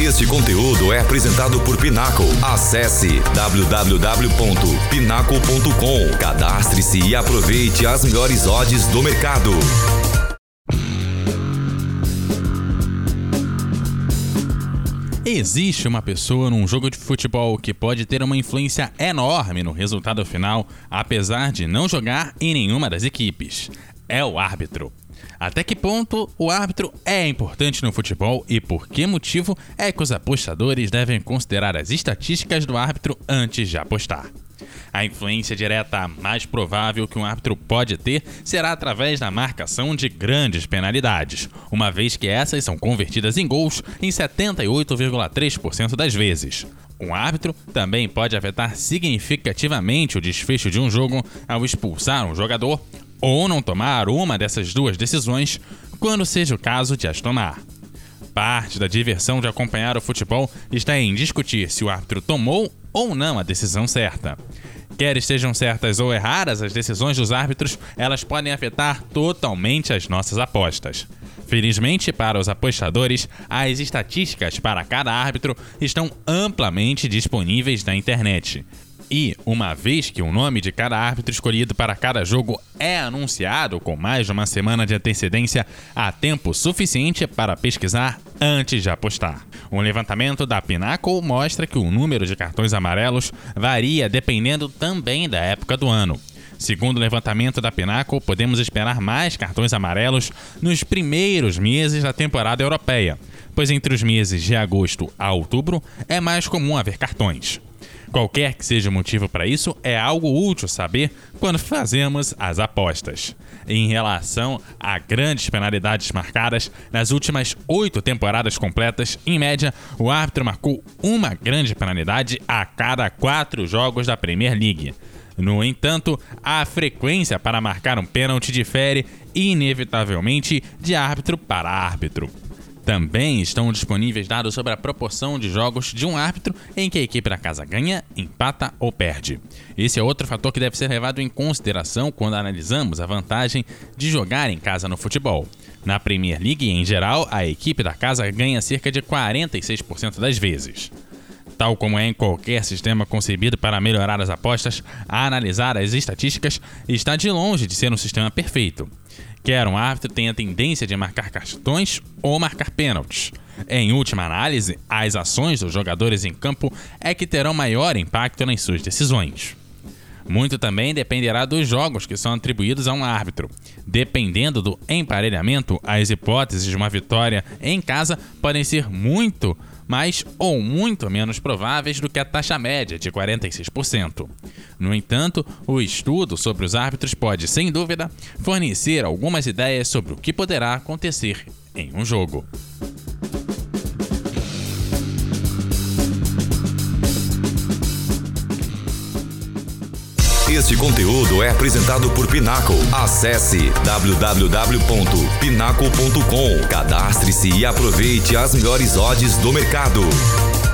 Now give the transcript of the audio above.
Este conteúdo é apresentado por Pinnacle. Acesse www.pinnacle.com. Cadastre-se e aproveite as melhores odds do mercado. Existe uma pessoa num jogo de futebol que pode ter uma influência enorme no resultado final, apesar de não jogar em nenhuma das equipes. É o árbitro. Até que ponto o árbitro é importante no futebol e por que motivo é que os apostadores devem considerar as estatísticas do árbitro antes de apostar? A influência direta mais provável que um árbitro pode ter será através da marcação de grandes penalidades, uma vez que essas são convertidas em gols em 78,3% das vezes. Um árbitro também pode afetar significativamente o desfecho de um jogo ao expulsar um jogador ou não tomar uma dessas duas decisões quando seja o caso de as tomar. Parte da diversão de acompanhar o futebol está em discutir se o árbitro tomou ou não a decisão certa. Quer estejam certas ou erradas as decisões dos árbitros, elas podem afetar totalmente as nossas apostas. Felizmente para os apostadores, as estatísticas para cada árbitro estão amplamente disponíveis na internet. E, uma vez que o nome de cada árbitro escolhido para cada jogo é anunciado com mais de uma semana de antecedência, há tempo suficiente para pesquisar antes de apostar. Um levantamento da Pinnacle mostra que o número de cartões amarelos varia dependendo também da época do ano. Segundo o levantamento da Pinnacle, podemos esperar mais cartões amarelos nos primeiros meses da temporada europeia, pois entre os meses de agosto a outubro é mais comum haver cartões. Qualquer que seja o motivo para isso, é algo útil saber quando fazemos as apostas. Em relação a grandes penalidades marcadas, nas últimas 8 temporadas completas, em média, o árbitro marcou uma grande penalidade a cada 4 jogos da Premier League. No entanto, a frequência para marcar um pênalti difere inevitavelmente de árbitro para árbitro. Também estão disponíveis dados sobre a proporção de jogos de um árbitro em que a equipe da casa ganha, empata ou perde. Esse é outro fator que deve ser levado em consideração quando analisamos a vantagem de jogar em casa no futebol. Na Premier League, em geral, a equipe da casa ganha cerca de 46% das vezes. Tal como é em qualquer sistema concebido para melhorar as apostas, analisar as estatísticas está de longe de ser um sistema perfeito. Quer um árbitro tenha a tendência de marcar cartões ou marcar pênaltis. Em última análise, as ações dos jogadores em campo é que terão maior impacto nas suas decisões. Muito também dependerá dos jogos que são atribuídos a um árbitro. Dependendo do emparelhamento, as hipóteses de uma vitória em casa podem ser muito mais ou muito menos prováveis do que a taxa média de 46%. No entanto, o estudo sobre os árbitros pode, sem dúvida, fornecer algumas ideias sobre o que poderá acontecer em um jogo. Este conteúdo é apresentado por Pinnacle. Acesse www.pinnacle.com. Cadastre-se e aproveite as melhores odds do mercado.